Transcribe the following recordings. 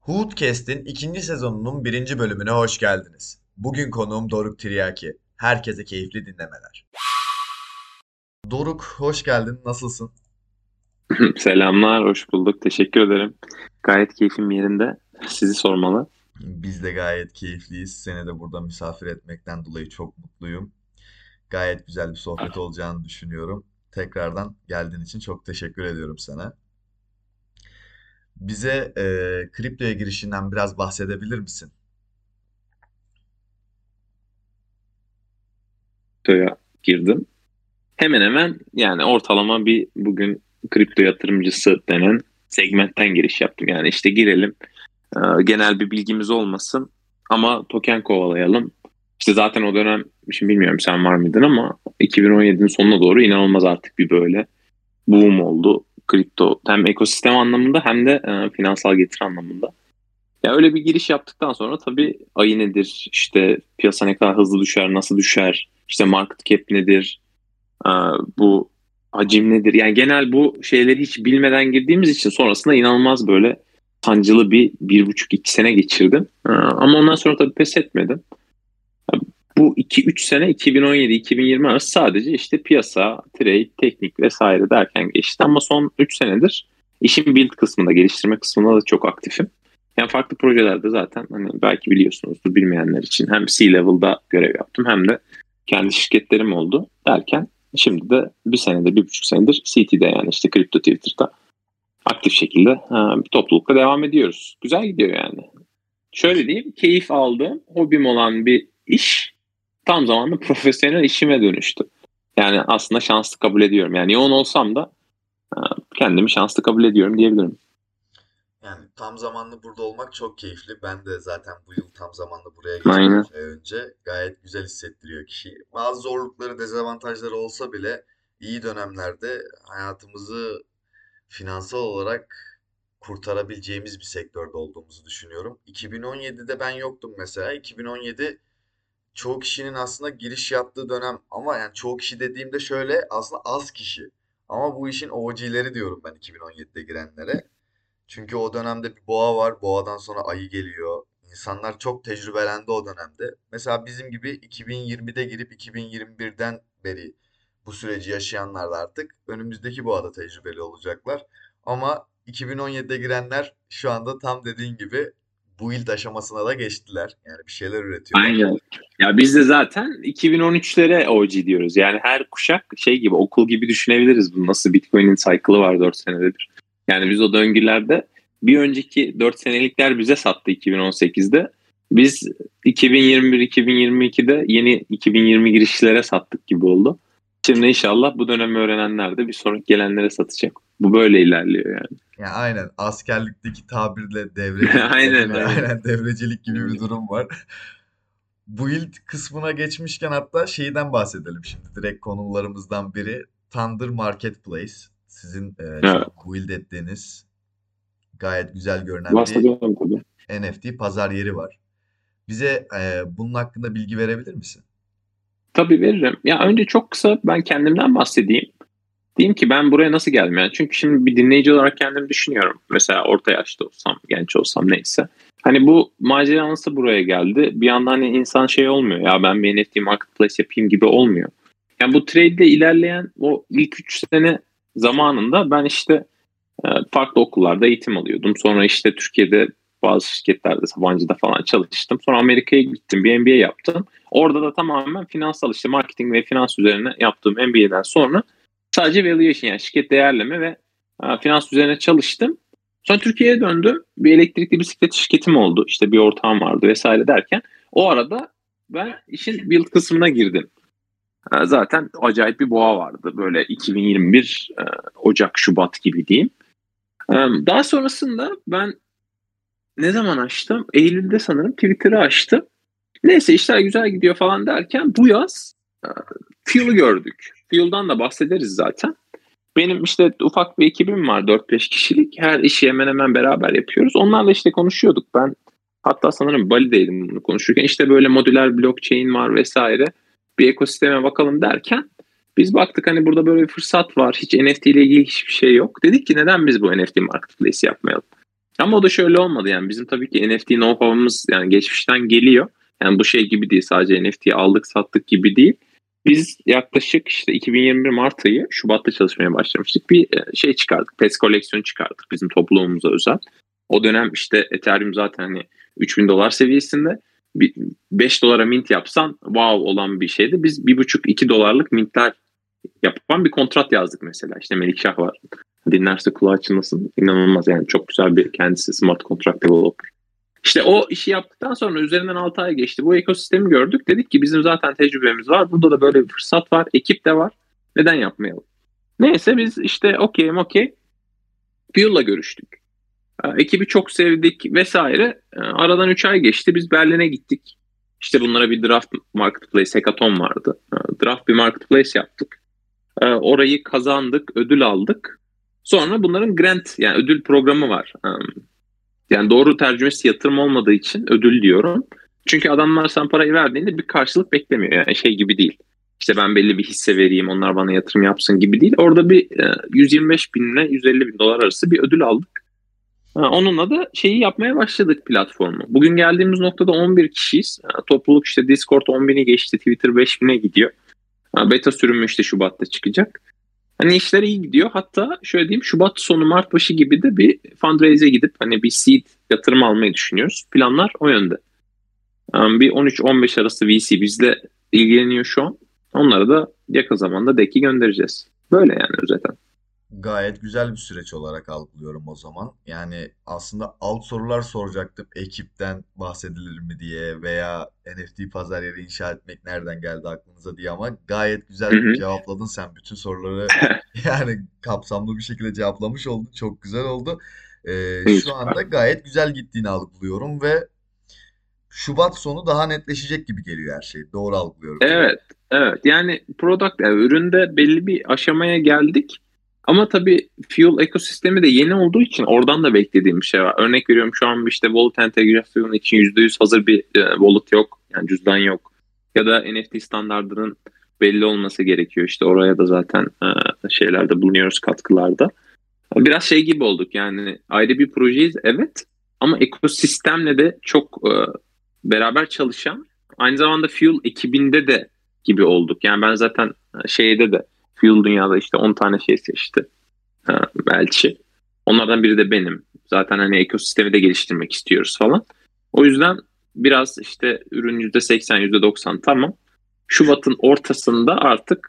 Hoodcast'in ikinci sezonunun birinci bölümüne hoş geldiniz. Bugün konuğum Doruk Tiryaki. Herkese keyifli dinlemeler. Doruk, hoş geldin. Nasılsın? Selamlar, hoş bulduk. Teşekkür ederim. Gayet keyfim yerinde. Sizi sormalı. Biz de gayet keyifliyiz. Seni de burada misafir etmekten dolayı çok mutluyum. Gayet güzel bir sohbet olacağını düşünüyorum. Tekrardan geldiğin için çok teşekkür ediyorum sana. Bize kriptoya girişinden biraz bahsedebilir misin? Kriptoya girdim. Hemen hemen yani ortalama bir bugün kripto yatırımcısı denen segmentten giriş yaptım. Yani işte girelim. Genel bir bilgimiz olmasın ama token kovalayalım. İşte zaten o dönem şimdi bilmiyorum sen var mıydın ama 2017'nin sonuna doğru inanılmaz artık bir böyle boom oldu. Kripto hem ekosistem anlamında hem de finansal getiri anlamında. Ya öyle bir giriş yaptıktan sonra tabii ayı nedir, işte piyasa ne kadar hızlı düşer, nasıl düşer, işte market cap nedir, e, bu hacim nedir? Yani genel bu şeyleri hiç bilmeden girdiğimiz için sonrasında inanılmaz böyle sancılı bir buçuk iki sene geçirdim. Ama ondan sonra tabii pes etmedim. Bu iki üç sene 2017-2020 arası sadece işte piyasa, trade, teknik vesaire derken geçti. Ama son 3 senedir işin build kısmında, geliştirme kısmında da çok aktifim. Yani farklı projelerde zaten hani belki biliyorsunuzdur bilmeyenler için hem C-level'da görev yaptım hem de kendi şirketlerim oldu derken şimdi de bir senedir, bir buçuk senedir CT'de yani işte Crypto Twitter'da aktif şekilde bir toplulukla devam ediyoruz. Güzel gidiyor yani. Şöyle diyeyim, keyif aldığım, hobim olan bir iş tam zamanlı profesyonel işime dönüştü. Yani aslında şanslı kabul ediyorum. Yani yoğun olsam da e, kendimi şanslı kabul ediyorum diyebilirim. Yani tam zamanlı burada olmak çok keyifli. Ben de zaten bu yıl tam zamanlı buraya geçtim Aynen. 2 ay önce. Gayet güzel hissettiriyor kişiyi. Bazı zorlukları, dezavantajları olsa bile iyi dönemlerde hayatımızı finansal olarak kurtarabileceğimiz bir sektörde olduğumuzu düşünüyorum. 2017'de ben yoktum mesela. 2017 çoğu kişinin aslında giriş yaptığı dönem ama yani çoğu kişi dediğimde şöyle aslında az kişi. Ama bu işin OG'leri diyorum ben 2017'de girenlere. Çünkü o dönemde bir boğa var. Boğadan sonra ayı geliyor. İnsanlar çok tecrübelendi o dönemde. Mesela bizim gibi 2020'de girip 2021'den beri bu süreci yaşayanlar da artık önümüzdeki boğada tecrübeli olacaklar. Ama 2017'de girenler şu anda tam dediğin gibi bu build aşamasına da geçtiler. Yani bir şeyler üretiyorlar. Aynen. Ya biz de zaten 2013'lere OG diyoruz. Yani her kuşak şey gibi okul gibi düşünebiliriz. Bu nasıl Bitcoin'in cycle'ı var 4 senedir. Yani biz o döngülerde bir önceki 4 senelikler bize sattı 2018'de. Biz 2021-2022'de yeni 2020 girişlilere sattık gibi oldu. Şimdi inşallah bu dönemi öğrenenler de bir sonraki gelenlere satacak. Bu böyle ilerliyor yani. Yani aynen askerlikteki tabirle devrecilik Aynen denilen aynen. aynen devrecilik gibi bir durum var. Build kısmına geçmişken hatta şeyden bahsedelim şimdi. Direkt konularımızdan biri Thunder Marketplace. Sizin şu Evet. an build ettiğiniz gayet güzel görünen bir Bahsediyorum tabii. NFT pazar yeri var. Bize bunun hakkında bilgi verebilir misin? Tabii veririm. Ya önce çok kısa ben kendimden bahsedeyim. Diyeyim ki ben buraya nasıl geldim yani. Çünkü şimdi bir dinleyici olarak kendimi düşünüyorum. Mesela orta yaşta olsam, genç olsam neyse. Hani bu macera nasıl buraya geldi? Bir yandan hani insan şey olmuyor. Ya ben bir NFT marketplace yapayım gibi olmuyor. Yani bu trade'de ilerleyen o ilk 3 sene zamanında ben işte farklı okullarda eğitim alıyordum. Sonra işte Türkiye'de bazı şirketlerde, Sabancı'da falan çalıştım. Sonra Amerika'ya gittim, bir MBA yaptım. Orada da tamamen finansal işte marketing ve finans üzerine yaptığım MBA'den sonra sadece valuation yani şirket değerleme ve finans üzerine çalıştım. Sonra Türkiye'ye döndüm. Bir elektrikli bisiklet şirketim oldu. İşte bir ortağım vardı vesaire derken o arada ben işin build kısmına girdim. Zaten acayip bir boğa vardı. Böyle 2021 Ocak, Şubat gibi diyeyim. Daha sonrasında ben ne zaman açtım? Eylül'de sanırım Twitter'ı açtım. Neyse işler güzel gidiyor falan derken bu yaz e, Fuel'ı gördük. Fuel'dan da bahsederiz zaten. Benim işte ufak bir ekibim var 4-5 kişilik. Her işi hemen hemen beraber yapıyoruz. Onlarla işte konuşuyorduk. Ben hatta sanırım Bali'deydim bunu konuşurken. İşte böyle modüler blockchain var vesaire. Bir ekosisteme bakalım derken biz baktık hani burada böyle bir fırsat var. Hiç NFT ile ilgili hiçbir şey yok. Dedik ki neden biz bu NFT marketplace yapmayalım? Ama o da şöyle olmadı yani bizim tabii ki NFT know-how'ımız yani geçmişten geliyor. Yani bu şey gibi değil, sadece NFT'yi aldık sattık gibi değil. Biz yaklaşık işte 2021 Mart ayı Şubat'ta çalışmaya başlamıştık. Bir şey çıkardık. PES koleksiyonu çıkardık bizim topluluğumuza özel. O dönem işte Ethereum zaten hani $3.000 seviyesinde. 5 dolara mint yapsan wow olan bir şeydi. Biz 1,5-2 dolarlık mintler yapan bir kontrat yazdık mesela. İşte Melikşah var. Dinlerse kulağı açılmasın. İnanılmaz yani, çok güzel bir kendisi smart contract developer. İşte o işi yaptıktan sonra üzerinden 6 ay geçti. Bu ekosistemi gördük. Dedik ki bizim zaten tecrübemiz var. Burada da böyle bir fırsat var. Ekip de var. Neden yapmayalım? Neyse biz işte okey. Fuel'la görüştük. Ekibi çok sevdik vesaire. Aradan 3 ay geçti. Biz Berlin'e gittik. İşte bunlara bir draft marketplace, hackathon vardı. Draft bir marketplace yaptık. Orayı kazandık, ödül aldık. Sonra bunların grant yani ödül programı var. Yani doğru tercümesi yatırım olmadığı için ödül diyorum. Çünkü adamlar sen parayı verdiğinde bir karşılık beklemiyor. Yani şey gibi değil. İşte ben belli bir hisse vereyim, onlar bana yatırım yapsın gibi değil. Orada bir 125 bin ile 150 bin dolar arası bir ödül aldık. Onunla da şeyi yapmaya başladık, platformu. Bugün geldiğimiz noktada 11 kişiyiz. Topluluk işte Discord 10 bini geçti, Twitter 5 bine gidiyor. Beta sürümü işte Şubat'ta çıkacak. Hani işler iyi gidiyor. Hatta şöyle diyeyim, Şubat sonu Mart başı gibi de bir fundraise'e gidip hani bir seed yatırım almayı düşünüyoruz. Planlar o yönde. Bir 13-15 arası VC bizle ilgileniyor şu an. Onları da yakın zamanda deki göndereceğiz. Böyle yani özeten. Gayet güzel bir süreç olarak algılıyorum o zaman. Yani aslında alt sorular soracaktım. Ekipten bahsedilir mi diye veya NFT pazar yeri inşa etmek nereden geldi aklınıza diye, ama gayet Hı güzel hı. cevapladın sen bütün soruları. Yani kapsamlı bir şekilde cevaplamış oldun. Çok güzel oldu. İyi, Şu süper. anda gayet güzel gittiğini algılıyorum ve Şubat sonu daha netleşecek gibi geliyor her şey. Doğru algılıyorum değil mi? Evet, evet. Yani product, yani üründe belli bir aşamaya geldik. Ama tabii Fuel ekosistemi de yeni olduğu için oradan da beklediğim bir şey var. Örnek veriyorum, şu an işte wallet entegrasyonu için %100 hazır bir wallet yok. Yani cüzdan yok. Ya da NFT standardının belli olması gerekiyor. İşte oraya da zaten şeylerde bulunuyoruz, katkılarda. Biraz şey gibi olduk yani, ayrı bir projeyiz evet, ama ekosistemle de çok beraber çalışan, aynı zamanda Fuel ekibinde de gibi olduk. Yani ben zaten şeyde de Fuel dünyada işte 10 tane şey seçti Belçi. Onlardan biri de benim. Zaten hani ekosistemi de geliştirmek istiyoruz falan. O yüzden biraz işte ürün %80 %90 tamam. Şubat'ın ortasında artık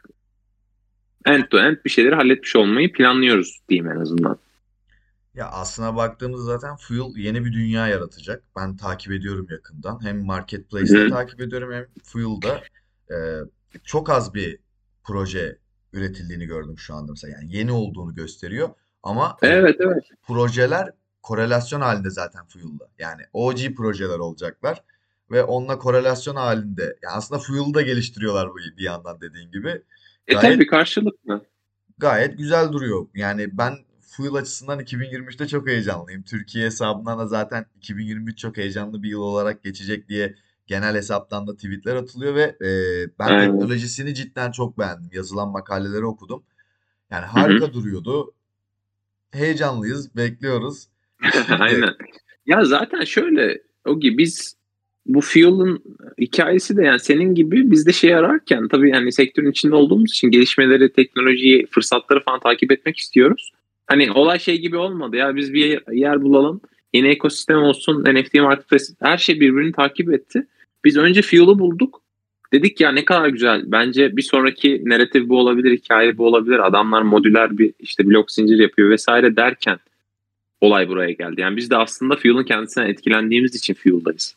end to end bir şeyleri halletmiş olmayı planlıyoruz diyeyim en azından. Ya aslına baktığımızda zaten Fuel yeni bir dünya yaratacak. Ben takip ediyorum yakından. Hem Hı Marketplace'te hı. takip ediyorum hem Fuel'da. Ee, Çok az bir proje üretildiğini gördüm şu anda mesela. Yani yeni olduğunu gösteriyor. Ama Evet, evet. projeler korelasyon halinde zaten Fuel'da. Yani OG projeler olacaklar. Ve onunla korelasyon halinde. Yani aslında Fuel'ı da geliştiriyorlar bu bir yandan dediğin gibi. Gayet Tabii karşılıklı. gayet güzel duruyor. Yani ben Fuel açısından 2023'te çok heyecanlıyım. Türkiye hesabından da zaten 2023 çok heyecanlı bir yıl olarak geçecek diye genel hesaptan da tweetler atılıyor ve ben Aynen. teknolojisini cidden çok beğendim. Yazılan makaleleri okudum. Yani Hı hı. harika duruyordu. Heyecanlıyız, bekliyoruz. Şimdi Aynen. Ya zaten şöyle o gibi biz bu Fuel'ın hikayesi de yani senin gibi biz de şey ararken tabii yani sektörün içinde olduğumuz için gelişmeleri, teknolojiyi, fırsatları falan takip etmek istiyoruz. Hani olay şey gibi olmadı ya, biz bir yer bulalım, yeni ekosistem olsun, NFT marketplace, her şey birbirini takip etti. Biz önce Fuel'u bulduk. Dedik ya ne kadar güzel. Bence bir sonraki narratif bu olabilir, hikaye bu olabilir. Adamlar modüler bir işte blok zincir yapıyor vesaire derken olay buraya geldi. Yani biz de aslında Fuel'ın kendisinden etkilendiğimiz için Fuel'dayız.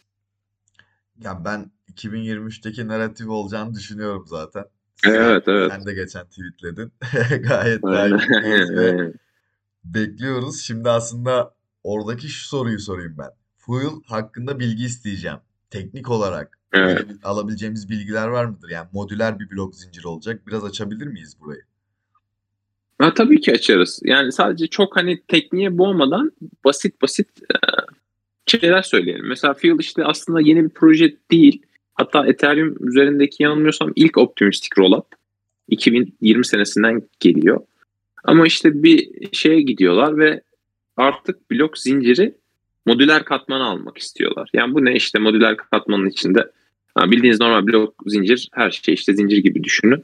ya ben 2023'teki narratif olacağını düşünüyorum zaten. Evet, evet. Sen de geçen tweetledin. Gayet Aynen. takipteyiz ve Aynen. bekliyoruz. Şimdi aslında oradaki şu soruyu sorayım ben. Fuel hakkında bilgi isteyeceğim. Teknik olarak Evet. alabileceğimiz bilgiler var mıdır? Yani modüler bir blok zinciri olacak. Biraz açabilir miyiz burayı? Ha, tabii ki açarız. Yani sadece çok hani tekniğe boğmadan basit basit şeyler söyleyelim. Mesela Fuel işte aslında yeni bir proje değil. Hatta Ethereum üzerindeki yanılmıyorsam ilk optimistik rollup 2020 senesinden geliyor. Ama işte bir şeye gidiyorlar ve artık blok zinciri modüler katmanı almak istiyorlar. Yani bu ne? İşte modüler katmanın içinde bildiğiniz normal blok zincir, her şey işte zincir gibi düşünün.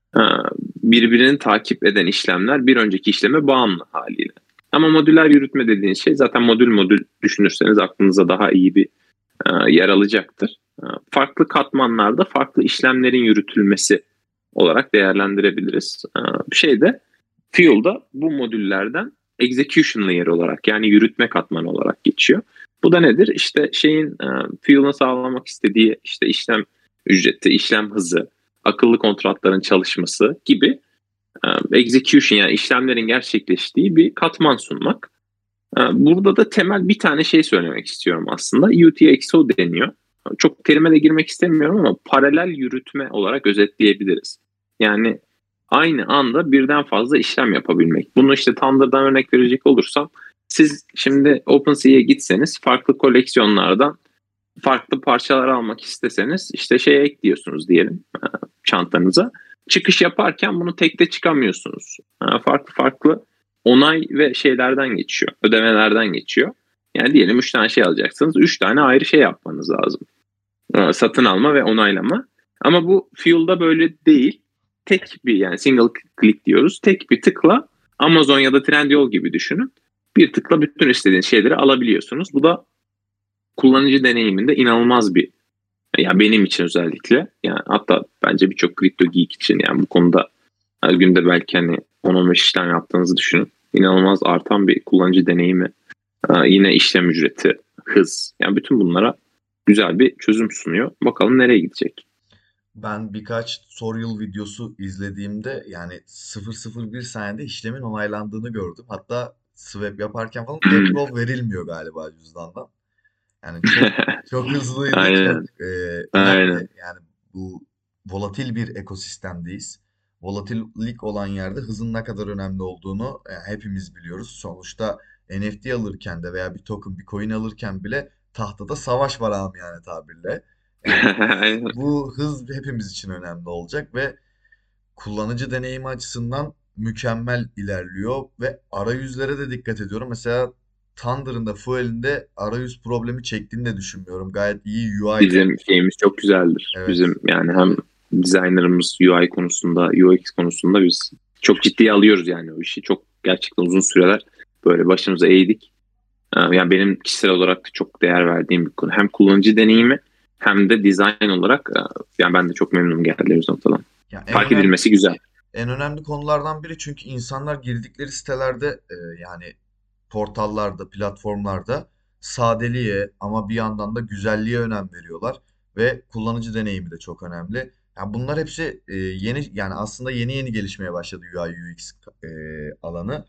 Birbirini takip eden işlemler bir önceki işleme bağımlı haliyle. Ama modüler yürütme dediğiniz şey zaten modül modül düşünürseniz aklınıza daha iyi bir yer alacaktır. Farklı katmanlarda farklı işlemlerin yürütülmesi olarak değerlendirebiliriz. Bir şey de Fuel'da bu modüllerden execution layer olarak yani yürütme katmanı olarak geçiyor. Bu da nedir? İşte Fuel'ın sağlamak istediği işte işlem ücreti, işlem hızı, akıllı kontratların çalışması gibi execution yani işlemlerin gerçekleştiği bir katman sunmak. Burada da temel bir tane şey söylemek istiyorum aslında. UTXO deniyor. Çok terime de girmek istemiyorum ama paralel yürütme olarak özetleyebiliriz. Yani aynı anda birden fazla işlem yapabilmek. Bunu işte Thunder'dan örnek verecek olursam siz şimdi OpenSea'ya gitseniz farklı koleksiyonlardan farklı parçalar almak isteseniz işte şeye ekliyorsunuz diyelim çantanıza. Çıkış yaparken bunu tekte çıkamıyorsunuz. Farklı farklı onay ve şeylerden geçiyor. Ödemelerden geçiyor. Yani diyelim 3 tane şey alacaksınız. 3 tane ayrı şey yapmanız lazım. Satın alma ve onaylama. Ama bu Fuel'da böyle değil. Tek bir yani single click diyoruz. Tek bir tıkla Amazon ya da Trendyol gibi düşünün. Bir tıkla bütün istediğiniz şeyleri alabiliyorsunuz. Bu da kullanıcı deneyiminde inanılmaz bir ya benim için özellikle yani hatta bence birçok kripto geek için yani bu konuda her günde belki hani 10-15 işlem yaptığınızı düşünün. İnanılmaz artan bir kullanıcı deneyimi. Yine işlem ücreti, hız. Yani bütün bunlara güzel bir çözüm sunuyor. Bakalım nereye gidecek. Ben birkaç tutorial videosu izlediğimde yani 0,01 saniyede işlemin onaylandığını gördüm. Hatta swap yaparken falan approve verilmiyor galiba cüzdandan. Yani çok hızlıydı, çok Aynen. önemli. Aynen. Yani bu volatil bir ekosistemdeyiz. Volatillik olan yerde hızın ne kadar önemli olduğunu hepimiz biliyoruz. Sonuçta NFT alırken de veya bir token, bir coin alırken bile tahtada savaş var amiyane tabirle. Yani Aynen. bu hız hepimiz için önemli olacak ve kullanıcı deneyimi açısından mükemmel ilerliyor ve arayüzlere de dikkat ediyorum. Mesela Thunder'ın da Fuel'in de arayüz problemi çektiğini de düşünmüyorum. Gayet iyi UI ile. Bizim şeyimiz çok güzeldir. Evet. Bizim yani hem designer'ımız UI konusunda, UX konusunda biz çok ciddiye alıyoruz yani o işi. Çok gerçekten uzun süreler böyle başımıza eğdik. Yani benim kişisel olarak da çok değer verdiğim bir konu. Hem kullanıcı deneyimi hem de design olarak yani ben de çok memnunum geldiğimiz noktadan. Ya Fark edilmesi güzel. en önemli konulardan biri çünkü insanlar girdikleri sitelerde yani portallarda, platformlarda sadeliğe ama bir yandan da güzelliğe önem veriyorlar ve kullanıcı deneyimi de çok önemli. Yani bunlar hepsi yeni yani aslında yeni gelişmeye başladı UI UX alanı.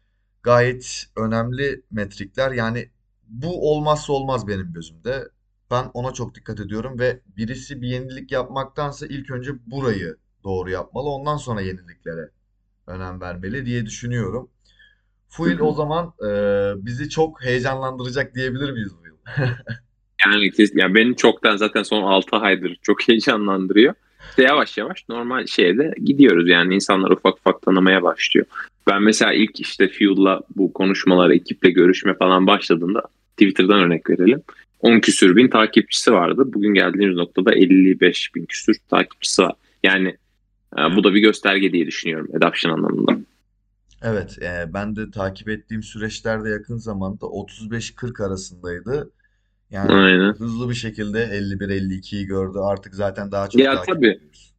Gayet önemli metrikler. Yani bu olmazsa olmaz benim gözümde. Ben ona çok dikkat ediyorum ve birisi bir yenilik yapmaktansa ilk önce burayı doğru yapmalı. Ondan sonra yeniliklere önem vermeli diye düşünüyorum. Hı Full o hı. zaman bizi çok heyecanlandıracak diyebilir miyiz bu yıl? Yani ya beni çoktan zaten son 6 aydır çok heyecanlandırıyor. İşte yavaş yavaş normal şeyde gidiyoruz yani insanlar ufak ufak tanımaya başlıyor. Ben mesela ilk işte Fuel'la bu konuşmalar, ekiple görüşme falan başladığında Twitter'dan örnek verelim. 10 küsür bin takipçisi vardı. Bugün geldiğimiz noktada 55 bin küsür takipçisi var. Yani bu da bir gösterge diye düşünüyorum adoption anlamında. Evet, ben de takip ettiğim süreçlerde yakın zamanda 35-40 arasındaydı. Yani Aynen. hızlı bir şekilde 51-52'yi gördü. Artık zaten daha çok Ya takip tabii. ediyoruz.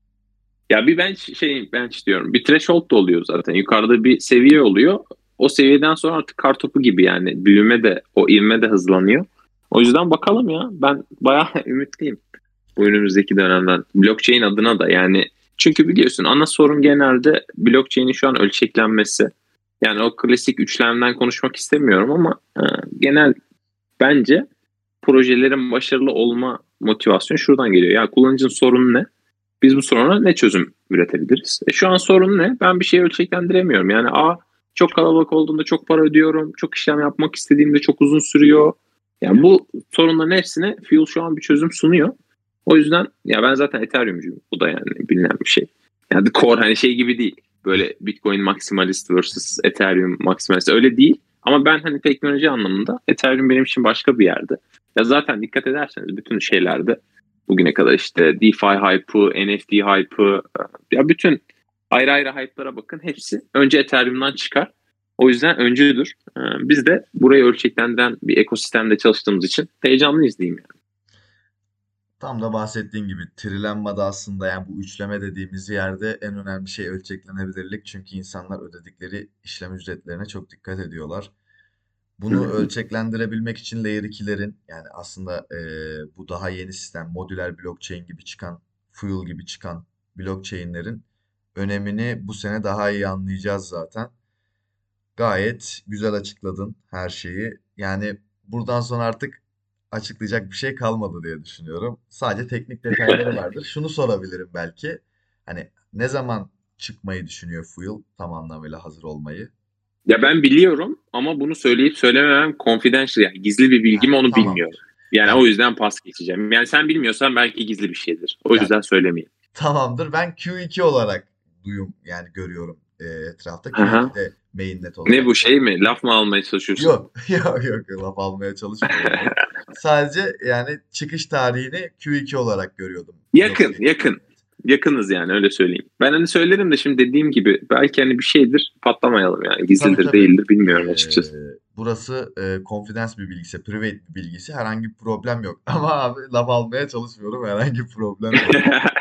Ya bir bench diyorum. Bir threshold da oluyor zaten. Yukarıda bir seviye oluyor. O seviyeden sonra artık kartopu gibi yani büyüme de o ivme de hızlanıyor. O yüzden bakalım ya. Ben bayağı ümitliyim bu önümüzdeki dönemden. Blockchain adına da yani çünkü biliyorsun ana sorun genelde blockchain'in şu an ölçeklenmesi. Yani o klasik üçlemden konuşmak istemiyorum ama genel bence projelerin başarılı olma motivasyonu şuradan geliyor. Ya kullanıcının sorunu ne? Biz bu soruna ne çözüm üretebiliriz? Şu an sorun ne? Ben bir şey ölçeklendiremiyorum. Yani çok kalabalık olduğunda çok para ödüyorum. Çok işlem yapmak istediğimde çok uzun sürüyor. Yani bu sorunların hepsine Fuel şu an bir çözüm sunuyor. O yüzden ya ben zaten Ethereum'cuyum. Bu da yani bilinen bir şey. Yani the core hani şey gibi değil. Böyle Bitcoin maximalist versus Ethereum maximalist öyle değil. Ama ben hani teknoloji anlamında Ethereum benim için başka bir yerde. Ya zaten dikkat ederseniz bütün şeylerde bugüne kadar işte DeFi hype'ı, NFT hype'ı, ya bütün ayrı ayrı hype'lara bakın, hepsi önce Ethereum'dan çıkar. O yüzden öncüdür. Biz de burayı ölçeklendiren bir ekosistemde çalıştığımız için heyecanlıyız diyeyim yani. Tam da bahsettiğin gibi Trilemma da aslında yani bu üçleme dediğimiz yerde en önemli şey ölçeklenebilirlik. Çünkü insanlar ödedikleri işlem ücretlerine çok dikkat ediyorlar. Hı Bunu hı. ölçeklendirebilmek için Layer 2'lerin yani aslında bu daha yeni sistem modüler blockchain gibi çıkan, Fuel gibi çıkan blockchain'lerin önemini bu sene daha iyi anlayacağız zaten. Gayet güzel açıkladın her şeyi. Yani buradan sonra artık açıklayacak bir şey kalmadı diye düşünüyorum. Sadece teknik detayları vardır. Şunu sorabilirim belki. Hani ne zaman çıkmayı düşünüyor Fuel tam anlamıyla hazır olmayı? Ya ben biliyorum ama bunu söyleyip söylememem confidential, yani gizli bir bilgi Ha, mi onu bilmiyorum. tamamdır. Yani o Yani yüzden pas geçeceğim. Yani sen bilmiyorsan belki gizli bir şeydir. O ya yüzden söylemeyeyim. tamamdır. Ben Q2 olarak yani görüyorum etrafta. Aha. Q2'de mainnet Ne olarak bu, gördüm. şey mi? Laf mı almaya çalışıyorsun? Yok, yok, laf almaya çalışmıyorum. Hayır. Sadece yani çıkış tarihini Q2 olarak görüyordum Yakın, blockchain için yakın. mainnet. Yakınız yani, öyle söyleyeyim. Ben hani söylerim de şimdi dediğim gibi belki hani bir şeydir, patlamayalım yani. Tabii Gizlidir tabii. değildir bilmiyorum Ee, açıkçası. burası confidence bir bilgisi, private bir bilgisi. Herhangi bir problem yok. Ama abi laf almaya çalışmıyorum. Herhangi bir problem yok.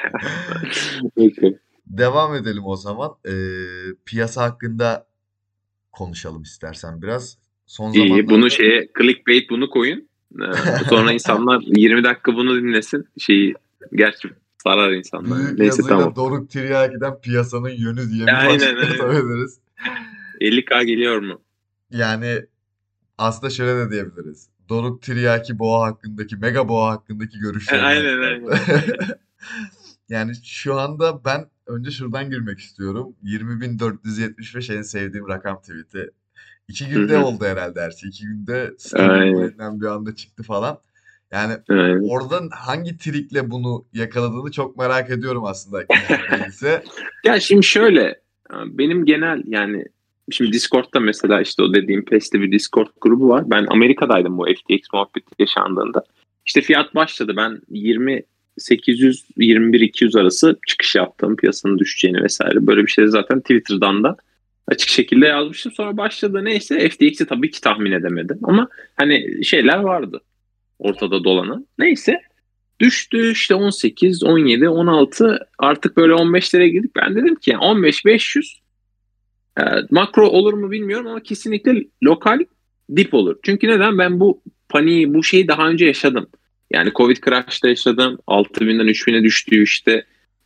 Peki. Devam edelim o zaman. Piyasa hakkında konuşalım istersen biraz. Son İyi. Bunu zamanlarda şeye clickbait bunu koyun. Sonra insanlar 20 dakika bunu dinlesin. Şeyi, gerçi sarar insanlar yani. büyük Neyse, tamam. yazıyla Doruk Tiryaki'den piyasanın yönü diye bir Aynen, başlık aynen. atabiliriz. 50K geliyor mu? Yani aslında şöyle de diyebiliriz. Doruk Tiryaki boğa hakkındaki, mega boğa hakkındaki görüşlerini Aynen, aktardı. aynen. Yani şu anda ben önce şuradan girmek istiyorum. 20.475 en sevdiğim rakam tweet'i. 2 günde Hı oldu herhalde her şey. 2 günde Aynen. stablecoin'den bir anda çıktı falan. Yani Aynen. oradan hangi trikle bunu yakaladığını çok merak ediyorum aslında ilgin değilse. Ya şimdi şöyle, benim genel yani, şimdi Discord'da mesela işte o dediğim PES'te bir Discord grubu var. Ben Amerika'daydım bu FTX muhabbeti yaşandığında. İşte fiyat başladı. Ben 20.800 21.200 arası çıkış yaptım, piyasanın düşeceğini vesaire. Böyle bir şey zaten Twitter'dan da açık şekilde yazmıştım. Sonra başladı, neyse FTX'i tabii ki tahmin edemedim. Ama hani şeyler vardı ortada dolanan. Neyse, düştü işte 18, 17, 16, artık böyle 15'lere girdik. Ben dedim ki yani 15-500 makro olur mu bilmiyorum ama kesinlikle lokal dip olur. Çünkü neden? Ben bu paniği, bu şeyi daha önce yaşadım. Yani Covid crash'ta yaşadım. 6.000'den 3.000'e düştüğü işte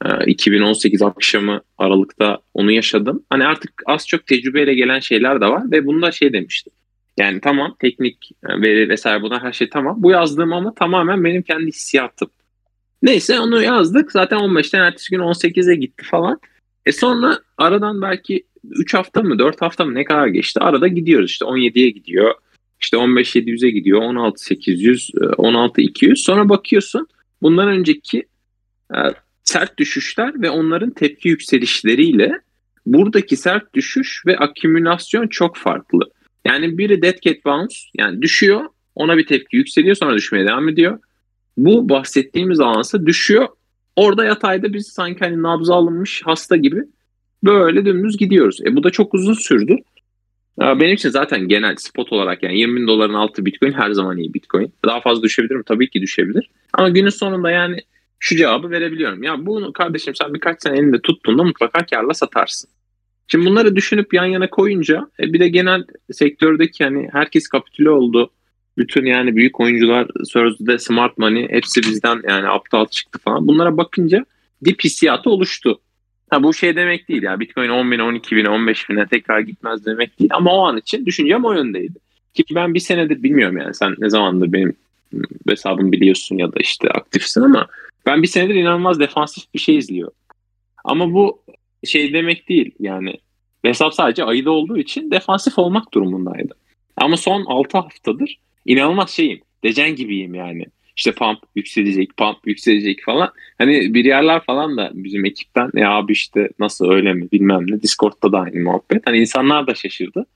2018 akşamı Aralık'ta onu yaşadım. Hani artık az çok tecrübeyle gelen şeyler de var ve bunda şey demiştim. Yani tamam, teknik veri vesaire, buna her şey tamam. Bu yazdığım ama tamamen benim kendi hissiyatım. Neyse, onu yazdık. Zaten 15'ten ertesi gün 18'e gitti falan. Sonra aradan belki 3 hafta mı 4 hafta mı ne kadar geçti. Arada gidiyoruz işte 17'ye gidiyor. İşte 15.700'e gidiyor. 16.800, 16.200. Sonra bakıyorsun bundan önceki e, sert düşüşler ve onların tepki yükselişleriyle buradaki sert düşüş ve akümülasyon çok farklı. Yani biri dead cat bounce, yani düşüyor, ona bir tepki yükseliyor, sonra düşmeye devam ediyor. Bu bahsettiğimiz alansa düşüyor. Orada yatayda biz sanki hani nabza alınmış hasta gibi böyle dümdüz gidiyoruz. Bu da çok uzun sürdü. Benim için zaten genel spot olarak yani 20 bin doların altı Bitcoin her zaman iyi Bitcoin. Daha fazla düşebilir mi? Tabii ki düşebilir. Ama günün sonunda yani şu cevabı verebiliyorum. Ya bunu kardeşim sen birkaç sene elinde tuttuğunda mutlaka karla satarsın. Şimdi bunları düşünüp yan yana koyunca bir de genel sektördeki hani herkes kapitüle oldu. Bütün yani büyük oyuncular sözde smart money hepsi bizden yani aptal çıktı falan. Bunlara bakınca dip hissiyatı oluştu. Ha, bu şey demek değil ya, Bitcoin 10 bin, 12 bin, 15 bine tekrar gitmez demek değil. Ama o an için düşüncem o yöndeydi. Ki ben bir senedir bilmiyorum yani, sen ne zamandır benim hesabımı biliyorsun ya da işte aktifsin, ama ben bir senedir inanılmaz defansif bir şey izliyorum. Ama bu şey demek değil yani, hesap sadece ayda olduğu için defansif olmak durumundaydı. Ama son 6 haftadır inanılmaz şeyim. Decen gibiyim yani. İşte pump yükselecek, pump yükselecek falan. Hani bir yerler falan da bizim ekipten ya abi işte nasıl öyle mi bilmem ne. Discord'da da aynı muhabbet. Hani insanlar da şaşırdı.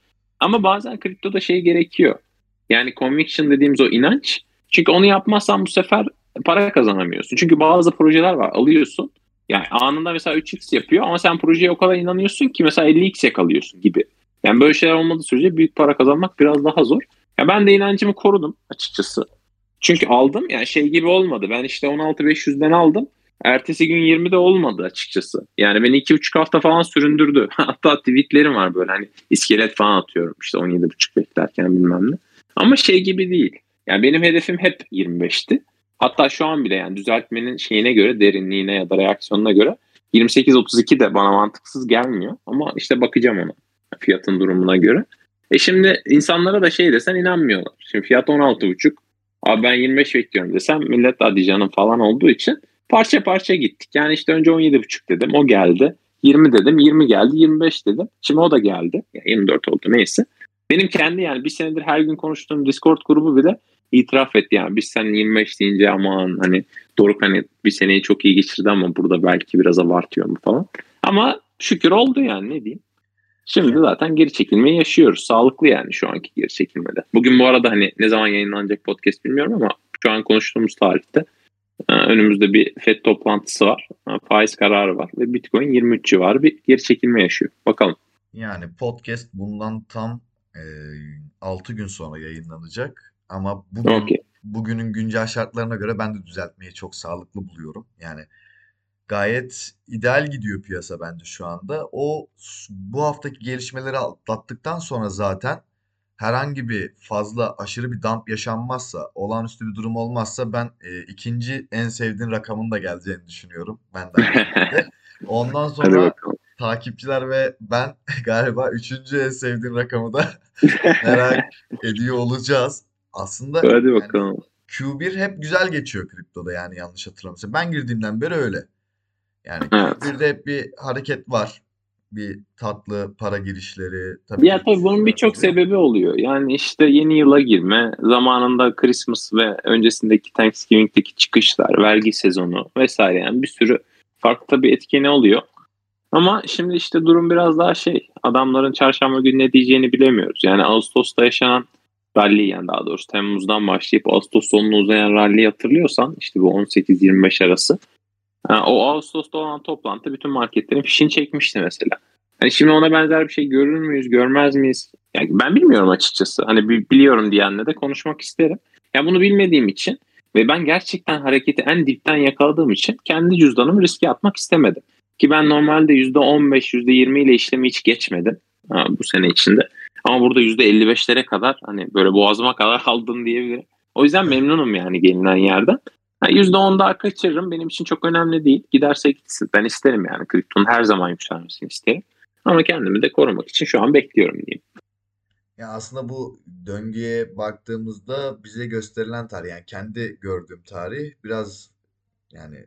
Ama bazen kriptoda şey gerekiyor. Yani conviction dediğimiz o inanç. Çünkü onu yapmazsan bu sefer para kazanamıyorsun. Çünkü bazı projeler var, alıyorsun. Yani anında mesela 3x yapıyor ama sen projeye o kadar inanıyorsun ki mesela 50x yakalıyorsun gibi. Yani böyle şeyler olmadığı sürece büyük para kazanmak biraz daha zor. Ya ben de inancımı korudum açıkçası. Çünkü aldım, yani şey gibi olmadı. Ben işte 16.500'den aldım. Ertesi gün 20'de olmadı açıkçası. Yani beni 2,5 hafta falan süründürdü. Hatta tweetlerim var böyle, hani iskelet falan atıyorum işte 17,5 beklerken bilmem ne. Ama şey gibi değil. Yani benim hedefim hep 25'ti. Hatta şu an bile yani düzeltmenin şeyine göre, derinliğine ya da reaksiyonuna göre 28-32 de bana mantıksız gelmiyor. Ama işte bakacağım ona, fiyatın durumuna göre. Şimdi insanlara da şey desen inanmıyorlar. Şimdi fiyat 16,5. Abi ben 25 bekliyorum desem millet hadi canım falan olduğu için parça parça gittik. Yani işte önce 17,5 dedim, o geldi. 20 dedim, 20 geldi, 25 dedim. Şimdi o da geldi. Yani 24 oldu neyse. Benim kendi yani bir senedir her gün konuştuğum Discord grubu bile itiraf etti. Yani biz sen 25 deyince aman hani Doruk hani bir seneyi çok iyi geçirdi ama burada belki biraz abartıyor mu falan. Ama şükür oldu yani, ne diyeyim. Şimdi zaten geri çekilmeyi yaşıyoruz. Sağlıklı yani şu anki geri çekilmede. Bugün bu arada hani ne zaman yayınlanacak podcast bilmiyorum ama şu an konuştuğumuz tarihte önümüzde bir FED toplantısı var. Faiz kararı var ve Bitcoin 23 civarı bir geri çekilme yaşıyor. Bakalım. Yani podcast bundan tam 6 gün sonra yayınlanacak. Ama Okey. bugünün güncel şartlarına göre ben de düzeltmeyi çok sağlıklı buluyorum. Yani gayet ideal gidiyor piyasa bence şu anda. Bu haftaki gelişmeleri atlattıktan sonra zaten herhangi bir fazla aşırı bir dump yaşanmazsa, olağanüstü bir durum olmazsa ben ikinci en sevdiğin rakamın da geleceğini düşünüyorum. Ben de aynı şekilde. Ondan Hadi sonra bakalım. takipçiler ve ben galiba üçüncü en sevdiğin rakamı da merak ediyor olacağız. Aslında Hadi yani bakalım. Q1 hep güzel geçiyor kriptoda, yani yanlış hatırlamıyorsam. Ben girdiğimden beri öyle. Yani Evet. Q1'de hep bir hareket var. Bir tatlı para girişleri, tabii ki Ya de tabii bunun düşüşler de birçok oluyor. sebebi oluyor. Yani işte yeni yıla girme, zamanında Christmas ve öncesindeki Thanksgiving'deki çıkışlar, vergi sezonu vesaire, yani bir sürü farklı tabii etkeni oluyor. Ama şimdi işte durum biraz daha şey, adamların çarşamba günü ne diyeceğini bilemiyoruz. Yani Ağustos'ta yaşanan rally, yani daha doğrusu Temmuz'dan başlayıp Ağustos sonuna uzayan rally'yi hatırlıyorsan işte bu 18-25 arası. Ha, o Ağustos'ta olan toplantı bütün marketlerin fişini çekmişti mesela. Hani şimdi ona benzer bir şey görür müyüz, görmez miyiz? Yani ben bilmiyorum açıkçası. Hani biliyorum diyenle de konuşmak isterim. Ya bunu bilmediğim için ve ben gerçekten hareketi en dipten yakaladığım için kendi cüzdanımı riske atmak istemedim. Ki ben normalde %15, %20 ile işlemi hiç geçmedim bu sene içinde. Ama burada %55'lere kadar, hani böyle boğazıma kadar aldım diyebilirim. O yüzden memnunum yani gelinen yerden. Ha, %10 daha kaçırırım. Benim için çok önemli değil. Giderse gitsin. Ben isterim yani. Kriptonun her zaman yükselmesini isterim. Ama kendimi de korumak için şu an bekliyorum diyeyim. Ya aslında bu döngüye baktığımızda bize gösterilen tarih, yani kendi gördüğüm tarih biraz yani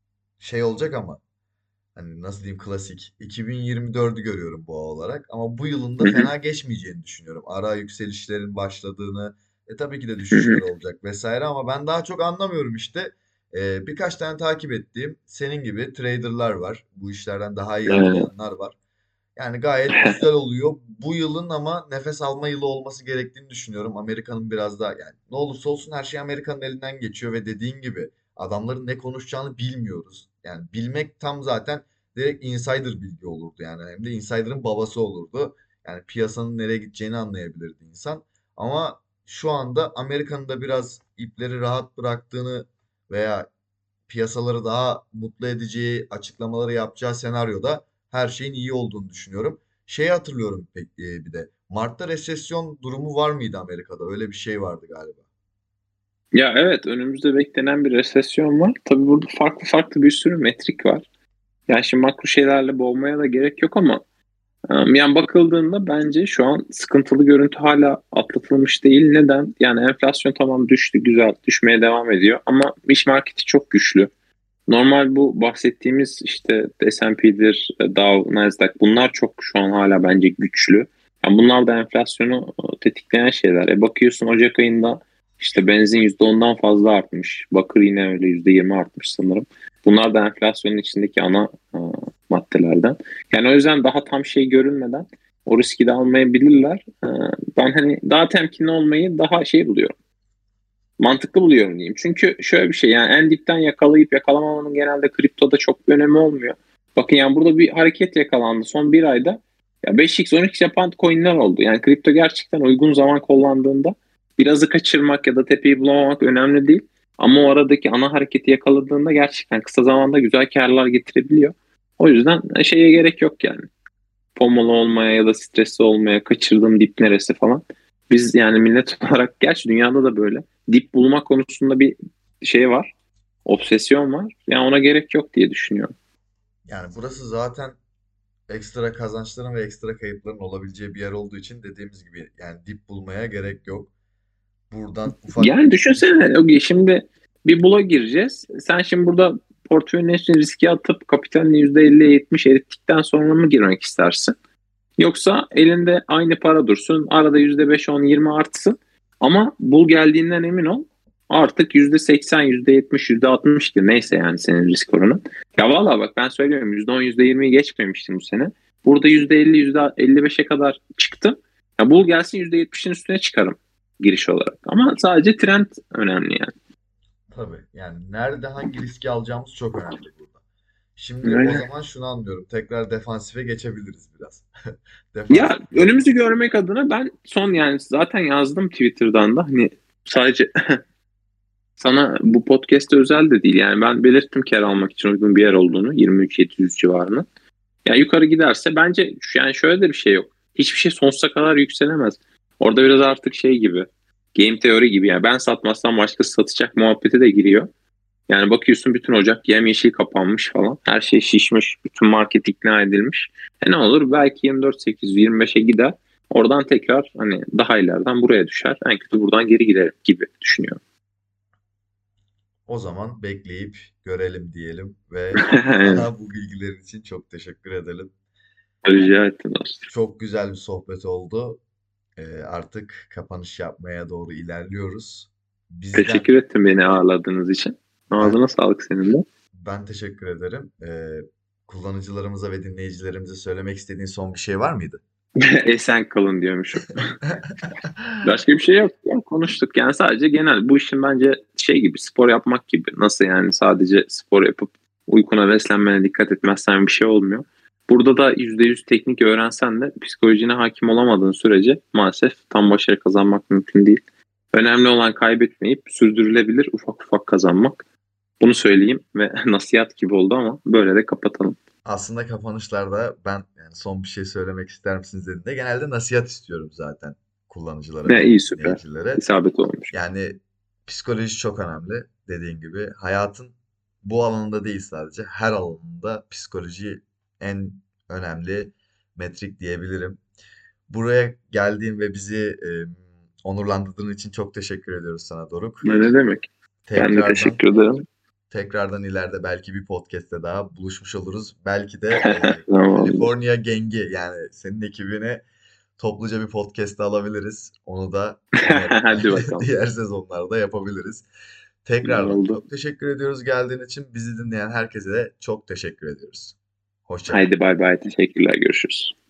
şey olacak ama hani nasıl diyeyim, klasik 2024'ü görüyorum boğa olarak, ama bu yılın da Hı hı, fena geçmeyeceğini düşünüyorum. Ara yükselişlerin başladığını, tabii ki de hı hı, düşüşler olacak vesaire, ama ben daha çok anlamıyorum işte. Birkaç tane takip ettiğim senin gibi traderlar var. Bu işlerden daha iyi evet. anlayanlar var. Yani gayet güzel oluyor. Bu yılın ama nefes alma yılı olması gerektiğini düşünüyorum. Amerika'nın biraz daha, yani ne olursa olsun her şey Amerika'nın elinden geçiyor ve dediğin gibi adamların ne konuşacağını bilmiyoruz. Yani bilmek tam zaten direkt insider bilgi olurdu, yani hem de insider'ın babası olurdu. Yani piyasanın nereye gideceğini anlayabilirdi insan. Ama şu anda Amerika'nın da biraz ipleri rahat bıraktığını veya piyasaları daha mutlu edeceği açıklamaları yapacağı senaryoda her şeyin iyi olduğunu düşünüyorum. Şeyi hatırlıyorum bir de. Mart'ta resesyon durumu var mıydı Amerika'da? Öyle bir şey vardı galiba. Ya evet, önümüzde beklenen bir resesyon var. Tabii burada farklı farklı bir sürü metrik var. Yani şimdi makro şeylerle boğmaya da gerek yok ama yani bakıldığında bence şu an sıkıntılı görüntü hala atlatılmış değil. Neden? Yani enflasyon tamam düştü, güzel, düşmeye devam ediyor ama iş marketi çok güçlü. Normal bu bahsettiğimiz işte S&P'dir, Dow, Nasdaq, bunlar çok şu an hala bence güçlü. Yani bunlar da enflasyonu tetikleyen şeyler. Bakıyorsun Ocak ayında işte benzin %10'dan fazla artmış. Bakır yine öyle %20 artmış sanırım. Bunlar da enflasyonun içindeki ana maddelerden. Yani o yüzden daha tam şey görünmeden O riski de almayabilirler. Ben hani daha temkinli olmayı daha şey buluyorum. Mantıklı buluyorum diyeyim. Çünkü şöyle bir şey, yani en dipten yakalayıp yakalamamanın genelde kriptoda çok bir önemi olmuyor. Bakın yani burada bir hareket yakalandı son bir ayda. Ya 5x 10x yapan coinler oldu. Yani kripto gerçekten uygun zaman kullandığında birazı kaçırmak ya da tepeyi bulamamak önemli değil. Ama o aradaki ana hareketi yakaladığında gerçekten kısa zamanda güzel karlar getirebiliyor. O yüzden şeye gerek yok yani. FOMO'lu olmaya ya da stresli olmaya, kaçırdığım dip neresi falan. Biz yani millet olarak, gerçi dünyada da böyle, dip bulma konusunda bir şey var. Obsesyon var. Yani ona gerek yok diye düşünüyorum. Yani burası zaten ekstra kazançların ve ekstra kayıpların olabileceği bir yer olduğu için dediğimiz gibi yani dip bulmaya gerek yok. Buradan ufak Yani düşünsene Ogi, şimdi bir bula gireceğiz. Sen şimdi burada portföyün için riske atıp kapitalini %50'ye 70 erittikten sonra mı girmek istersin? Yoksa elinde aynı para dursun, arada %5, 10, 20 artsın. Ama bul geldiğinden emin ol. Artık %80, %70, %60'tır. Neyse yani senin risk oranın. Ya vallahi bak ben söylüyorum, %10, %20'yi geçmemiştim bu sene. Burada %50, %55'e kadar çıktım. Ya bul gelsin %70'in üstüne çıkarım giriş olarak. Ama sadece trend önemli yani. tabii yani nerede hangi riski alacağımız çok önemli burada. Şimdi o Öyle. zaman şunu anlıyorum. Tekrar defansife geçebiliriz biraz. Ya Defansif bir önümüzü görmek adına ben son, yani zaten yazdım Twitter'dan da, hani sadece sana bu podcast'te özel de değil. Yani ben belirttim kar almak için uygun bir yer olduğunu. 23.700 civarını. Yani yukarı giderse bence, yani şöyle de bir şey yok. Hiçbir şey sonsuza kadar yükselemez. Orada biraz artık şey gibi. Game teori gibi, yani ben satmazsam başkası satacak muhabbeti de giriyor. Yani bakıyorsun bütün Ocak yemyeşil kapanmış falan. Her şey şişmiş. Bütün market ikna edilmiş. Ne olur belki 24.800 25'e gider. Oradan tekrar hani daha ileriden buraya düşer. En kötü buradan geri giderim gibi düşünüyorum. O zaman bekleyip görelim diyelim ve sana bu bilgiler için çok teşekkür edelim. Rica ettim dostum. Çok güzel bir sohbet oldu. Artık kapanış yapmaya doğru ilerliyoruz. Bizden Teşekkür ettim beni ağırladığınız için. ben Ağzına sağlık senin de. ben teşekkür ederim. Kullanıcılarımıza ve dinleyicilerimize söylemek istediğin son bir şey var mıydı? Esen kalın diyormuşum. Başka bir şey yok. Ya, konuştuk. Yani sadece genel. Bu işin bence şey gibi, spor yapmak gibi. Nasıl yani, sadece spor yapıp uykuna, beslenmene dikkat etmezsen bir şey olmuyor. Burada da %100 teknik öğrensen de psikolojine hakim olamadığın sürece maalesef tam başarı kazanmak mümkün değil. Önemli olan kaybetmeyip sürdürülebilir ufak ufak kazanmak. Bunu söyleyeyim ve nasihat gibi oldu ama böyle de kapatalım. Aslında kapanışlarda ben yani son bir şey söylemek ister misiniz dediğinde genelde nasihat istiyorum zaten kullanıcılara Ne ve iyi, süper. dinleyicilere. İsabet olmuş. Yani psikoloji çok önemli dediğin gibi. Hayatın bu alanında değil sadece her alanında psikoloji en önemli metrik diyebilirim. Buraya geldiğin ve bizi onurlandırdığın için çok teşekkür ediyoruz sana Doruk. Ne demek? Ben de Tekrardan teşekkür ederim. tekrardan ileride belki bir podcast'te daha buluşmuş oluruz. Belki de Tamamdır. California Gengi yani senin ekibini topluca bir podcast'te alabiliriz. Onu da umarım Hadi bakalım. diğer sezonlarda yapabiliriz. Güzel Tekrardan oldu. çok teşekkür ediyoruz geldiğin için. Bizi dinleyen herkese de çok teşekkür ediyoruz. Hoşça kal. Haydi bay bay. Teşekkürler. Görüşürüz.